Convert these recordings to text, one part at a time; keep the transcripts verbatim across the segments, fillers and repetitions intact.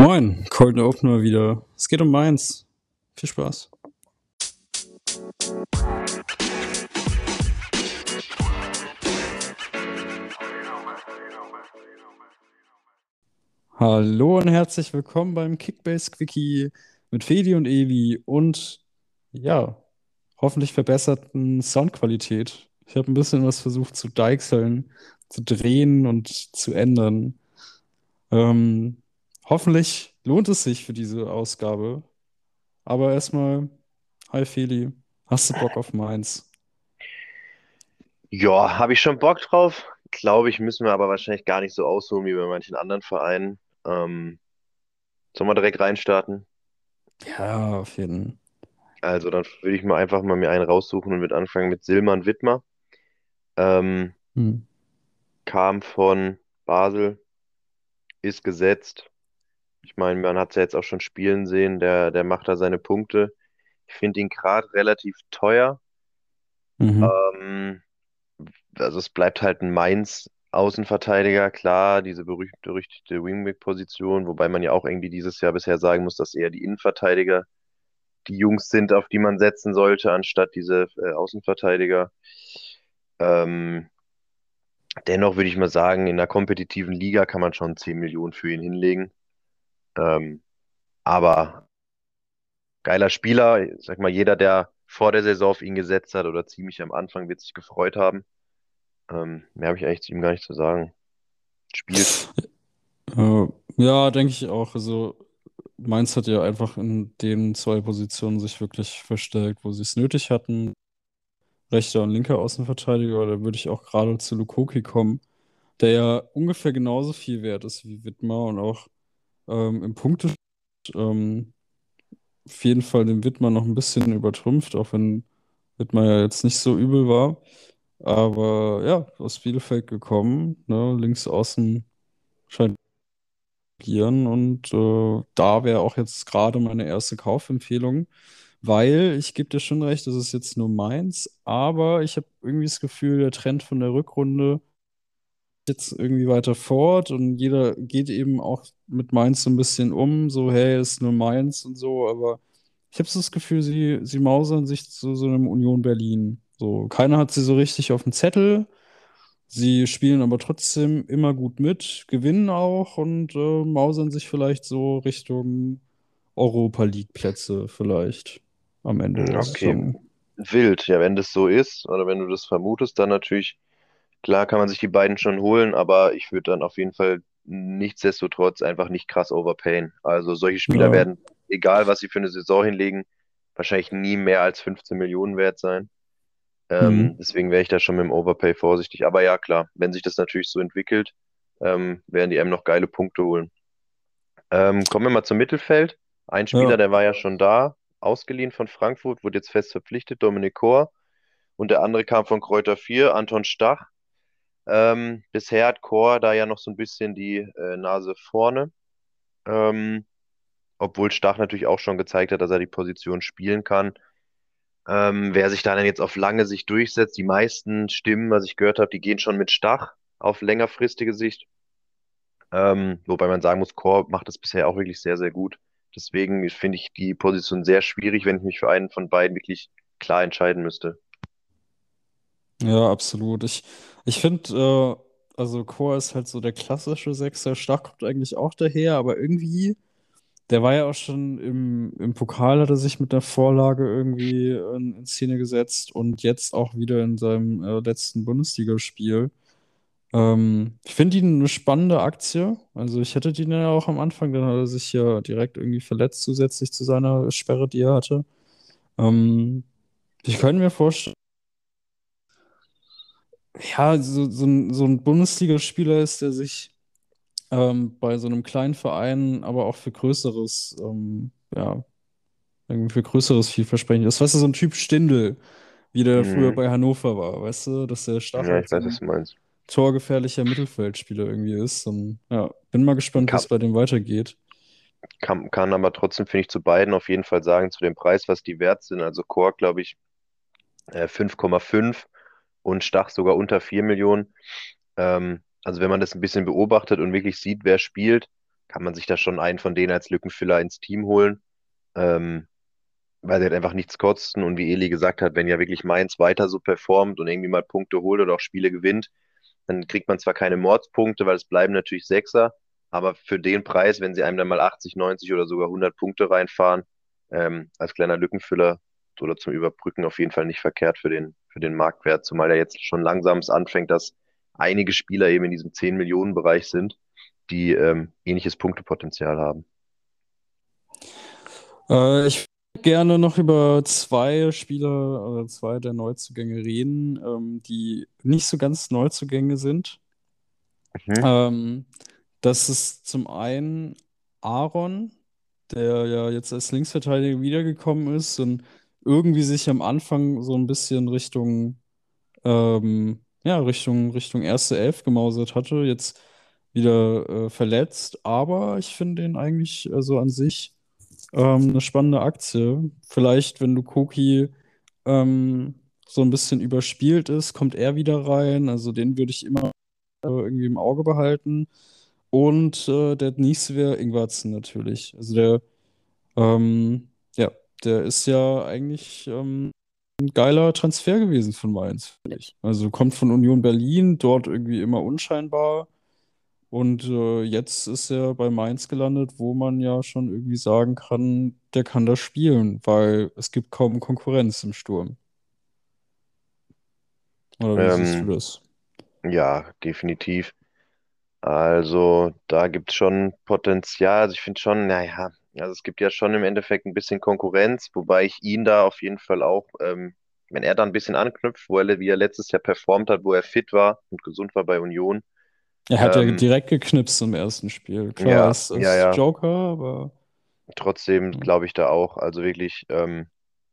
Moin, Cold Opener wieder. Es geht um Mainz. Viel Spaß. Hallo und herzlich willkommen beim Kickbase Quickie mit Fedi und Evi und ja, hoffentlich verbesserten Soundqualität. Ich habe ein bisschen was versucht zu deichseln, zu drehen und zu ändern. Ähm, hoffentlich lohnt es sich für diese Ausgabe. Aber erstmal, hi Feli, hast du Bock auf Mainz? Ja, habe ich schon Bock drauf. Glaube ich, müssen wir aber wahrscheinlich gar nicht so ausholen wie bei manchen anderen Vereinen. Ähm, Sollen wir direkt reinstarten? Ja, auf jeden Also, dann würde ich mal einfach mal mir einen raussuchen und würde anfangen mit Silman Wittmer. Ähm, Fall. Kam von Basel, ist gesetzt. Ich meine, man hat es ja jetzt auch schon spielen sehen. Der, der macht da seine Punkte. Ich finde ihn gerade relativ teuer. Mhm. Ähm, also, es bleibt halt ein Mainz. Außenverteidiger, klar, diese berühmt-berüchtigte Wingback-Position, wobei man ja auch irgendwie dieses Jahr bisher sagen muss, dass eher die Innenverteidiger die Jungs sind, auf die man setzen sollte, anstatt diese äh, Außenverteidiger. Ähm, Dennoch würde ich mal sagen, in einer kompetitiven Liga kann man schon zehn Millionen für ihn hinlegen. Ähm, aber geiler Spieler, ich sag mal, jeder, der vor der Saison auf ihn gesetzt hat oder ziemlich am Anfang, wird sich gefreut haben. Ähm, mehr habe ich eigentlich zu ihm gar nicht zu sagen. Spielt. Äh, ja, denke ich auch. Also Mainz hat ja einfach in den zwei Positionen sich wirklich verstärkt, wo sie es nötig hatten. Rechter und linker Außenverteidiger, da würde ich auch gerade zu Lukoki kommen, der ja ungefähr genauso viel wert ist wie Wittmer und auch ähm, im Punkte ähm, auf jeden Fall den Wittmer noch ein bisschen übertrumpft, auch wenn Wittmer ja jetzt nicht so übel war. Aber ja, aus Bielefeld gekommen, ne, links außen scheint agieren und äh, da wäre auch jetzt gerade meine erste Kaufempfehlung, weil ich gebe dir schon recht, das ist jetzt nur meins, aber ich habe irgendwie das Gefühl, der Trend von der Rückrunde jetzt irgendwie weiter fort und jeder geht eben auch mit Mainz so ein bisschen um, so hey, ist nur Mainz und so, aber ich habe so das Gefühl, sie, sie mausern sich zu so einem Union Berlin. So, keiner hat sie so richtig auf dem Zettel. Sie spielen aber trotzdem immer gut mit, gewinnen auch und äh, mausern sich vielleicht so Richtung Europa League Plätze vielleicht am Ende Hm, der Okay, Saison. wild. Ja, wenn das so ist oder wenn du das vermutest, dann natürlich, klar kann man sich die beiden schon holen, aber ich würde dann auf jeden Fall nichtsdestotrotz einfach nicht krass overpayen. Also solche Spieler Ja. werden, egal was sie für eine Saison hinlegen, wahrscheinlich nie mehr als fünfzehn Millionen wert sein. Ähm, Hm. deswegen wäre ich da schon mit dem Overpay vorsichtig. Aber ja, klar, wenn sich das natürlich so entwickelt, ähm, werden die einem noch geile Punkte holen. Ähm, kommen wir mal zum Mittelfeld. Ein Spieler, Ja. der war ja schon da, ausgeliehen von Frankfurt, wurde jetzt fest verpflichtet, Dominik Kor. Und der andere kam von Kräuter vier, Anton Stach. Ähm, bisher hat Kor da ja noch so ein bisschen die äh, Nase vorne. Ähm, Obwohl Stach natürlich auch schon gezeigt hat, dass er die Position spielen kann. Ähm, wer sich da dann jetzt auf lange Sicht durchsetzt, die meisten Stimmen, was ich gehört habe, die gehen schon mit Stach auf längerfristige Sicht. Ähm, wobei man sagen muss, Kor macht das bisher auch wirklich sehr, sehr gut. Deswegen finde ich die Position sehr schwierig, wenn ich mich für einen von beiden wirklich klar entscheiden müsste. Ja, absolut. Ich, ich finde, äh, also Chor ist halt so der klassische Sechser. Stach kommt eigentlich auch daher, aber irgendwie, der war ja auch schon im, im Pokal, hat er sich mit der Vorlage irgendwie in, in Szene gesetzt und jetzt auch wieder in seinem äh, letzten Bundesligaspiel. Ähm, ich finde ihn eine spannende Aktie. Also ich hätte den ja auch am Anfang, dann hat er sich ja direkt irgendwie verletzt zusätzlich zu seiner Sperre, die er hatte. Ähm, ich könnte mir vorstellen, ja, so, so ein, so ein Bundesligaspieler ist, der sich ähm, bei so einem kleinen Verein, aber auch für Größeres, ähm, ja, irgendwie für Größeres vielversprechend ist. Weißt du, so ein Typ Stindl, wie der früher Mhm. bei Hannover war, weißt du, dass der Stach Ja, halt ich so weiß, was ein du meinst. torgefährlicher Mittelfeldspieler irgendwie ist. Und ja, bin mal gespannt, wie es Kann, bei dem weitergeht. kann, kann aber trotzdem, finde ich, zu beiden auf jeden Fall sagen, zu dem Preis, was die wert sind. Also Kork, glaube ich, äh, fünf Komma fünf und Stach sogar unter vier Millionen. Ähm, also wenn man das ein bisschen beobachtet und wirklich sieht, wer spielt, kann man sich da schon einen von denen als Lückenfüller ins Team holen, ähm, weil sie halt einfach nichts kosten. Und wie Eli gesagt hat, wenn ja wirklich Mainz weiter so performt und irgendwie mal Punkte holt oder auch Spiele gewinnt, dann kriegt man zwar keine Mordspunkte, weil es bleiben natürlich Sechser, aber für den Preis, wenn sie einem dann mal achtzig, neunzig oder sogar hundert Punkte reinfahren, ähm, als kleiner Lückenfüller oder zum Überbrücken auf jeden Fall nicht verkehrt für den, für den Marktwert, zumal er jetzt schon langsam es anfängt, dass einige Spieler eben in diesem zehn Millionen Bereich sind, die ähm, ähnliches Punktepotenzial haben. Äh, ich würde gerne noch über zwei Spieler oder zwei der Neuzugänge reden, ähm, die nicht so ganz Neuzugänge sind. Mhm. Ähm, Das ist zum einen Aaron, der ja jetzt als Linksverteidiger wiedergekommen ist und irgendwie sich am Anfang so ein bisschen Richtung, ähm, ja, Richtung, Richtung erste Elf gemausert hatte, jetzt wieder äh, verletzt. Aber ich finde ihn eigentlich, also an sich, ähm, eine spannende Aktie. Vielleicht, wenn du Koki ähm, so ein bisschen überspielt ist, kommt er wieder rein. Also den würde ich immer äh, irgendwie im Auge behalten. Und äh, der nächste wäre Ingwertsen natürlich. Also der, ähm, ja, der ist ja eigentlich ähm, ein geiler Transfer gewesen von Mainz, finde ich. Also kommt von Union Berlin, dort irgendwie immer unscheinbar. Und äh, jetzt ist er bei Mainz gelandet, wo man ja schon irgendwie sagen kann, der kann das spielen, weil es gibt kaum Konkurrenz im Sturm. Oder wie siehst du Ähm, das? ja, definitiv. Also da gibt es schon Potenzial. Also ich finde schon, naja, also es gibt ja schon im Endeffekt ein bisschen Konkurrenz, wobei ich ihn da auf jeden Fall auch, ähm, wenn er da ein bisschen anknüpft, wo er, wie er letztes Jahr performt hat, wo er fit war und gesund war bei Union. Er hat ja Ähm, direkt geknipst im ersten Spiel. Klar, ja, als, ja, als ja. Joker, aber. Trotzdem glaube ich da auch. Also wirklich, ähm,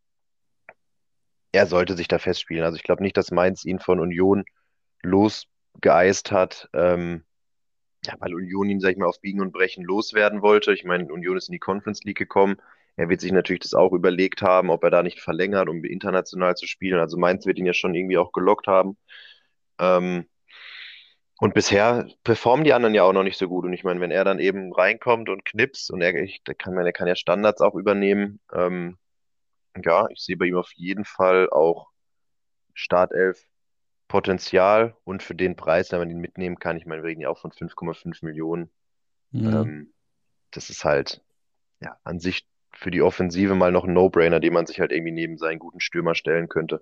er sollte sich da festspielen. Also ich glaube nicht, dass Mainz ihn von Union losgeeist hat. Ähm, ja, weil Union ihn, sag ich mal, auf Biegen und Brechen loswerden wollte. Ich meine, Union ist in die Conference League gekommen. Er wird sich natürlich das auch überlegt haben, ob er da nicht verlängert, um international zu spielen. Also Mainz wird ihn ja schon irgendwie auch gelockt haben. Ähm, und bisher performen die anderen ja auch noch nicht so gut. Und ich meine, wenn er dann eben reinkommt und knipst und er, ich, der kann, er kann ja Standards auch übernehmen. Ähm, ja, ich sehe bei ihm auf jeden Fall auch Startelf Potenzial und für den Preis, wenn man ihn mitnehmen kann. Ich meine, wir reden ja auch von fünf Komma fünf Millionen. Hm. Ähm, das ist halt ja, an sich für die Offensive mal noch ein No-Brainer, den man sich halt irgendwie neben seinen guten Stürmer stellen könnte.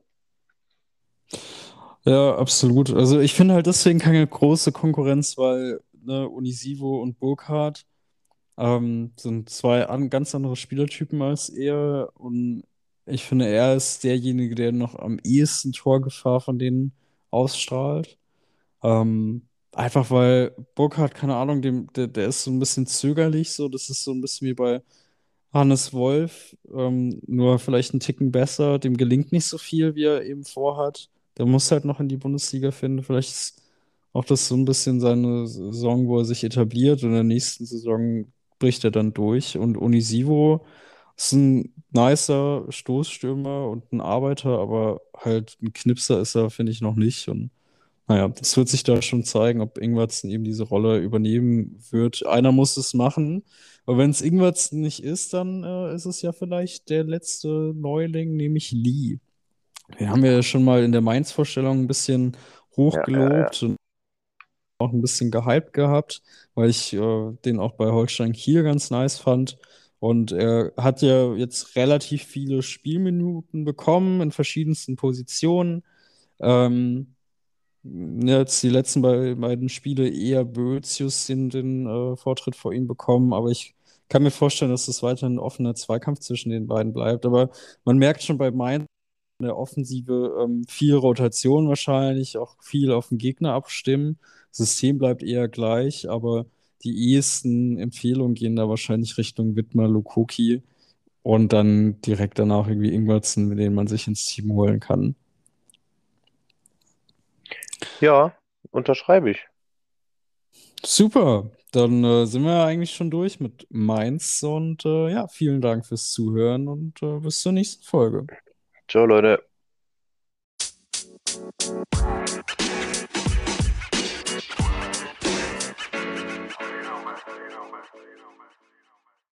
Ja, absolut. Also ich finde halt deswegen keine große Konkurrenz, weil ne, Unisivo und Burkhardt ähm, sind zwei an, ganz andere Spielertypen als er. Und ich finde, er ist derjenige, der noch am ehesten Torgefahr von denen ausstrahlt. Ähm, Einfach weil Burkhardt, keine Ahnung, dem, der, der ist so ein bisschen zögerlich, so. Das ist so ein bisschen wie bei Hannes Wolf, ähm, nur vielleicht einen Ticken besser. Dem gelingt nicht so viel, wie er eben vorhat. Der muss halt noch in die Bundesliga finden. Vielleicht ist auch das so ein bisschen seine Saison, wo er sich etabliert. Und in der nächsten Saison bricht er dann durch. Und Onisivo ist ein nicer Stoßstürmer und ein Arbeiter, aber halt ein Knipser ist er, finde ich, noch nicht. Und naja, das wird sich da schon zeigen, ob Ingwertsen eben diese Rolle übernehmen wird. Einer muss es machen. Aber wenn es Ingwertsen nicht ist, dann äh, ist es ja vielleicht der letzte Neuling, nämlich Lee. Den haben wir ja schon mal in der Mainz-Vorstellung ein bisschen Ja, ja, ja. hochgelobt und auch ein bisschen gehypt gehabt, weil ich äh, den auch bei Holstein Kiel ganz nice fand. Und er hat ja jetzt relativ viele Spielminuten bekommen in verschiedensten Positionen. Ähm, Jetzt die letzten bei- beiden Spiele eher Boetius den, den äh, Vortritt vor ihm bekommen, aber ich kann mir vorstellen, dass es weiterhin ein offener Zweikampf zwischen den beiden bleibt. Aber man merkt schon bei Mainz in der Offensive ähm, viel Rotation wahrscheinlich, auch viel auf den Gegner abstimmen. System bleibt eher gleich, aber die ehesten Empfehlungen gehen da wahrscheinlich Richtung Widmer, Lukoki und dann direkt danach irgendwie Ingwertsen, mit denen man sich ins Team holen kann. Ja, unterschreibe ich. Super, dann äh, sind wir ja eigentlich schon durch mit Mainz und äh, ja, vielen Dank fürs Zuhören und äh, bis zur nächsten Folge. Ciao, Leute.